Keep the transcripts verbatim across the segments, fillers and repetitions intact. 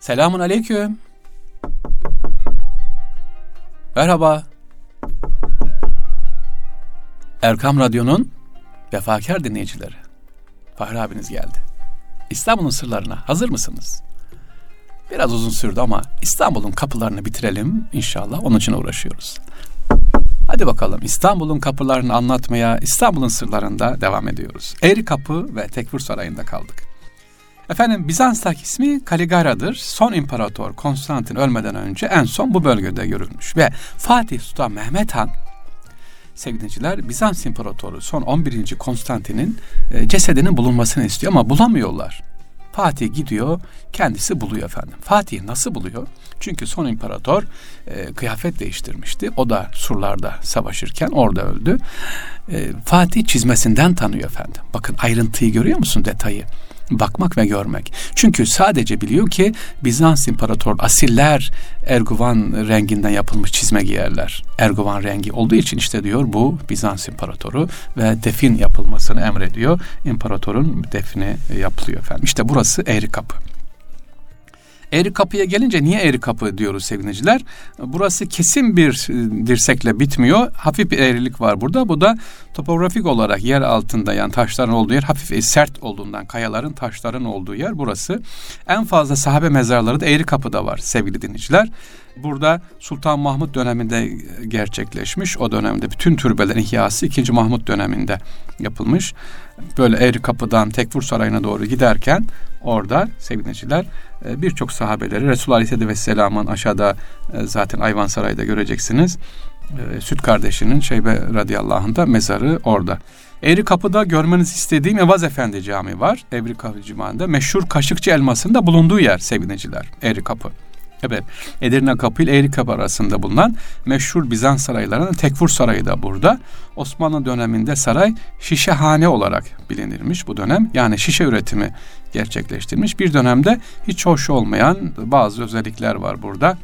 Selamun aleyküm. Merhaba. Erkam Radyo'nun vefakar dinleyicileri. Fahri abiniz geldi. İstanbul'un sırlarına hazır mısınız? Biraz uzun sürdü ama İstanbul'un kapılarını bitirelim inşallah. Onun için uğraşıyoruz. Hadi bakalım, İstanbul'un kapılarını anlatmaya, İstanbul'un sırlarında devam ediyoruz. Eğri Kapı ve Tekfur Sarayı'nda kaldık. Efendim, Bizans'taki ismi Kaligara'dır. Son imparator Konstantin ölmeden önce en son bu bölgede görülmüş. Ve Fatih Sultan Mehmet Han, sevgiliciler, Bizans İmparatoru son on birinci Konstantin'in e, cesedinin bulunmasını istiyor ama bulamıyorlar. Fatih gidiyor, kendisi buluyor efendim. Fatih nasıl buluyor? Çünkü son imparator e, kıyafet değiştirmişti. O da surlarda savaşırken orada öldü. E, Fatih çizmesinden tanıyor efendim. Bakın ayrıntıyı görüyor musun, detayı? Bakmak ve görmek. Çünkü sadece biliyor ki Bizans İmparator asiller erguvan renginden yapılmış çizme giyerler. Erguvan rengi olduğu için işte diyor bu Bizans İmparatoru ve defin yapılmasını emrediyor. İmparatorun defni yapılıyor efendim. İşte burası Eğri Kapı. Eğri Kapı'ya gelince niye Eğri Kapı diyoruz sevgiliciler? Burası kesin bir dirsekle bitmiyor. Hafif bir eğrilik var burada. Bu da topografik olarak yer altında, yani taşların olduğu yer, hafif sert olduğundan, kayaların, taşların olduğu yer burası. En fazla sahabe mezarları da Eğri Kapı'da var sevgili dinleyiciler. Burada Sultan Mahmut döneminde gerçekleşmiş. O dönemde bütün türbelerin ihyası ikinci Mahmut döneminde yapılmış. Böyle Eğri Kapı'dan Tekfur Sarayı'na doğru giderken orada sevgiliciler birçok sahabeleri, Resulullah Aleyhisselatü Vesselam'ın aşağıda zaten Ayvansaray'da göreceksiniz. Süt kardeşinin Şeybe radıyallahu anh da mezarı orada. Eğri Kapı'da görmenizi istediğim Evaz Efendi Camii var. Eğri Kapı Camii'nde meşhur Kaşıkçı elmasının da bulunduğu yer sevgiliciler. Eğri Kapı. Evet, Edirne Kapı ile Eğri Kapı arasında bulunan meşhur Bizans saraylarının Tekfur Sarayı da burada. Osmanlı döneminde saray şişehane olarak bilinirmiş bu dönem. Yani şişe üretimi gerçekleştirmiş. Bir dönemde hiç hoş olmayan bazı özellikler var burada.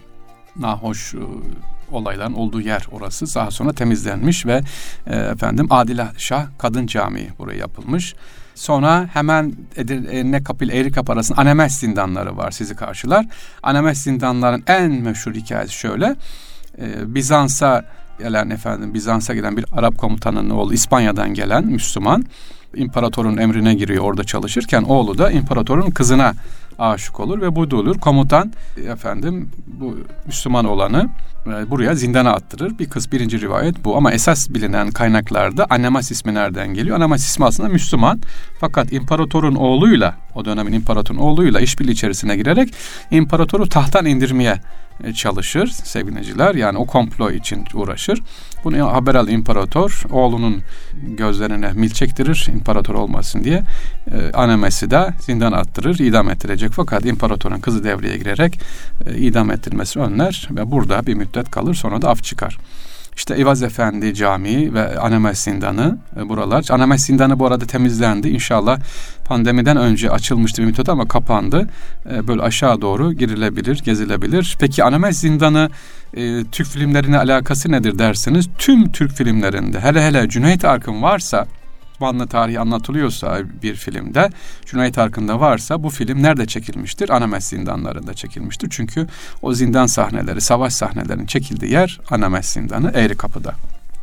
Nahoş olayların olduğu yer orası. Daha sonra temizlenmiş ve e, efendim Adile Şah Kadın Camii buraya yapılmış. Sonra hemen Edirne Kapı ile Eğri Kapı arasında Anemes zindanları var, sizi karşılar. Anemes zindanların en meşhur hikayesi şöyle. Ee, Bizans'a gelen efendim Bizans'a gelen bir Arap komutanının oğlu, İspanya'dan gelen Müslüman, imparatorun emrine giriyor orada çalışırken, oğlu da imparatorun kızına aşık olur ve bu da olur. Komutan efendim bu Müslüman olanı buraya zindana attırır. Bir kız, birinci rivayet bu, ama esas bilinen kaynaklarda Anemas ismi nereden geliyor? Anemas ismi aslında Müslüman. Fakat imparatorun oğluyla, o dönemin imparatorun oğluyla işbirliği içerisine girerek imparatoru tahttan indirmeye çalışır sevgiliciler. Yani o komplo için uğraşır. Bunu haber alan imparator oğlunun gözlerine mil çektirir imparator olmasın diye. E, Anemes'i de zindan attırır, idam ettirecek. Fakat imparatorun kızı devreye girerek e, idam ettirmesi önler ve burada bir müddet kalır, sonra da af çıkar. İşte Evaz Efendi Camii ve Anemes Zindanı e, buralar. Anemes Zindanı bu arada temizlendi. İnşallah pandemiden önce açılmıştı bir müddet ama kapandı. E, böyle aşağı doğru girilebilir, gezilebilir. Peki Anemes Zindanı e, Türk filmlerine alakası nedir dersiniz? Tüm Türk filmlerinde, hele hele Cüneyt Arkın varsa, Osmanlı tarihi anlatılıyorsa bir filmde, Cüneyt Arkın'da varsa, bu film nerede çekilmiştir? Anemes zindanlarında çekilmiştir. Çünkü o zindan sahneleri, savaş sahnelerinin çekildiği yer Anemes Zindanı, Eğri Kapı'da.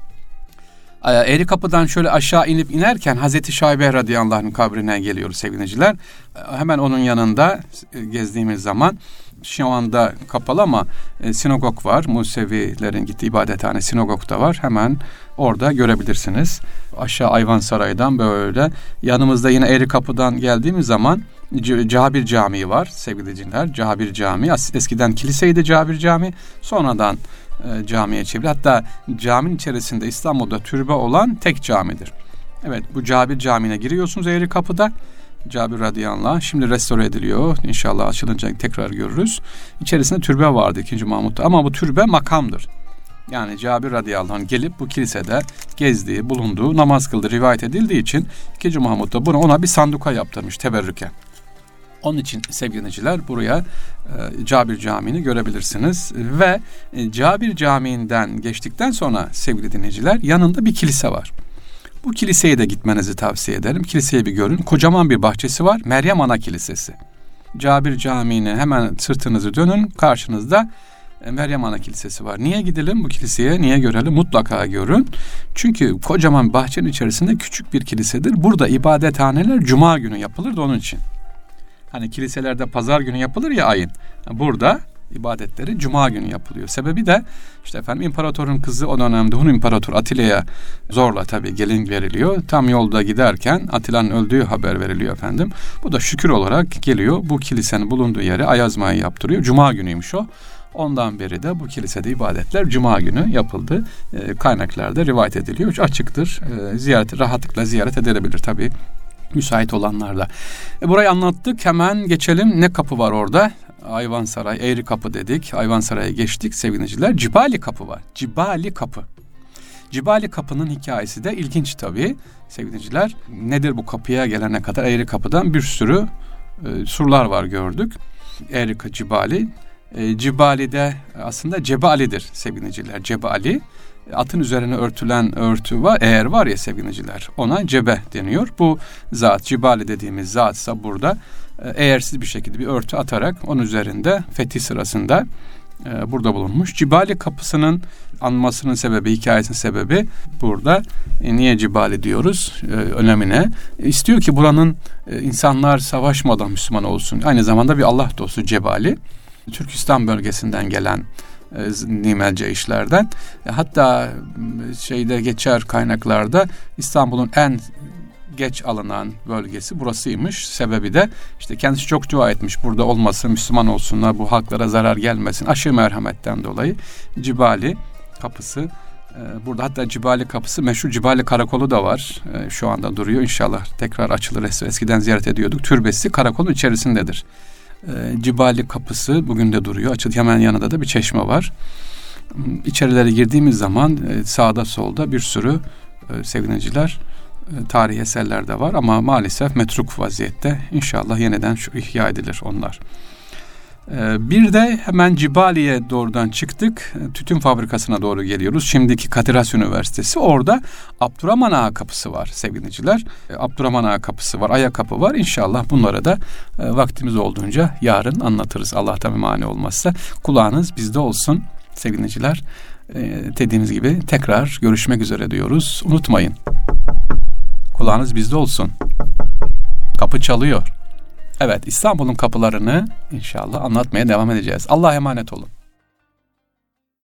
Eğri Kapı'dan şöyle aşağı inip inerken Hazreti Şaibe radıyallahu anh'ın kabrine geliyoruz sevgiliciler. Hemen onun yanında gezdiğimiz zaman, şu anda kapalı ama e, sinagog var. Musevilerin gittiği ibadethane, sinagog da var. Hemen orada görebilirsiniz. Aşağı Ayvansaray'dan böyle. Yanımızda yine Eğri Kapı'dan geldiğimiz zaman C- Cabir Camii var sevgili dinleyiciler. Cabir Camii. Eskiden kiliseydi Cabir Camii. Sonradan e, camiye çevrildi. Hatta caminin içerisinde İstanbul'da türbe olan tek camidir. Evet, bu Cabir Camii'ne giriyorsunuz Eğri Kapı'da. Cabir radıyallahu anh şimdi restore ediliyor. İnşallah açılınca tekrar görürüz. İçerisinde türbe vardı ikinci Mahmut'ta ama bu türbe makamdır. Yani Cabir radıyallahu anh gelip bu kilisede gezdiği, bulunduğu, namaz kıldığı rivayet edildiği için ikinci Mahmut da bunu ona bir sanduka yaptırmış teberrüken. Onun için sevgili dinleyiciler buraya e, Cabir Camii'ni görebilirsiniz. Ve e, Cabir Camii'nden geçtikten sonra sevgili dinleyiciler yanında bir kilise var. Bu kiliseye de gitmenizi tavsiye ederim. Kiliseyi bir görün. Kocaman bir bahçesi var. Meryem Ana Kilisesi. Cabir Camii'ne hemen sırtınızı dönün. Karşınızda Meryem Ana Kilisesi var. Niye gidelim bu kiliseye? Niye görelim? Mutlaka görün. Çünkü kocaman bahçenin içerisinde küçük bir kilisedir. Burada ibadethaneler cuma günü yapılır da onun için. Hani kiliselerde pazar günü yapılır ya ayın. Burada ibadetleri cuma günü yapılıyor. Sebebi de işte efendim imparatorun kızı o dönemde Hun İmparator Atilla'ya zorla tabii gelin veriliyor. Tam yolda giderken Atilla'nın öldüğü haber veriliyor efendim. Bu da şükür olarak geliyor. Bu kilisenin bulunduğu yere ayazmayı yaptırıyor. Cuma günüymüş o. Ondan beri de bu kilisede ibadetler cuma günü yapıldı. E, kaynaklarda rivayet ediliyor. Açıktır. E, ziyaret rahatlıkla ziyaret edilebilir tabii. Müsait olanlarla. E, burayı anlattık. Hemen geçelim. Ne kapı var orada? Ayvansaray, Eğri Kapı dedik. Ayvansaray'a geçtik sevgiliciler. Cibali Kapı var. Cibali Kapı. Cibali Kapı'nın hikayesi de ilginç tabii sevgiliciler. Nedir bu kapıya gelene kadar? Eğri Kapı'dan bir sürü e, surlar var gördük. Eğri Cibali. E, Cibali'de aslında Cebali'dir sevgiliciler. Cebali. Atın üzerine örtülen örtü var, eğer var ya sevgiliciler, ona cebe deniyor. Bu zat, Cibali dediğimiz zatsa burada e, eğersiz bir şekilde bir örtü atarak onun üzerinde fetih sırasında e, burada bulunmuş. Cibali Kapısı'nın anmasının sebebi, hikayesinin sebebi burada. E, niye Cibali diyoruz? E, önemine. E, istiyor ki buranın e, insanlar savaşmadan Müslüman olsun. Aynı zamanda bir Allah dostu Cebali. Türkistan bölgesinden gelen Nimelce işlerden. Hatta şeyde geçer kaynaklarda İstanbul'un en geç alınan bölgesi burasıymış. Sebebi de işte kendisi çok dua etmiş. Burada olmasın, Müslüman olsunlar, bu halklara zarar gelmesin. Aşırı merhametten dolayı Cibali Kapısı burada, hatta Cibali Kapısı meşhur Cibali Karakolu da var. Şu anda duruyor. İnşallah tekrar açılır. Eskiden ziyaret ediyorduk. Türbesi karakolun içerisindedir. Cibali Kapısı bugün de duruyor. Açıldı. Hemen yanında da bir çeşme var. İçerilere girdiğimiz zaman sağda solda bir sürü sevgiliciler tarihi eserler de var ama maalesef metruk vaziyette. İnşallah yeniden şu ihya edilir onlar. Bir de hemen Cibali'ye doğrudan çıktık. Tütün fabrikasına doğru geliyoruz. Şimdiki Kadir Has Üniversitesi. Orada Abdurrahman Ağa Kapısı var sevgiliciler. Abdurrahman Ağa Kapısı var, Aya Kapı var. İnşallah bunlara da vaktimiz olduğunca yarın anlatırız. Allah'tan bir mani olmazsa. Kulağınız bizde olsun sevgiliciler. Dediğimiz gibi tekrar görüşmek üzere diyoruz. Unutmayın. Kulağınız bizde olsun. Kapı çalıyor. Evet, İstanbul'un kapılarını inşallah anlatmaya devam edeceğiz. Allah'a emanet olun.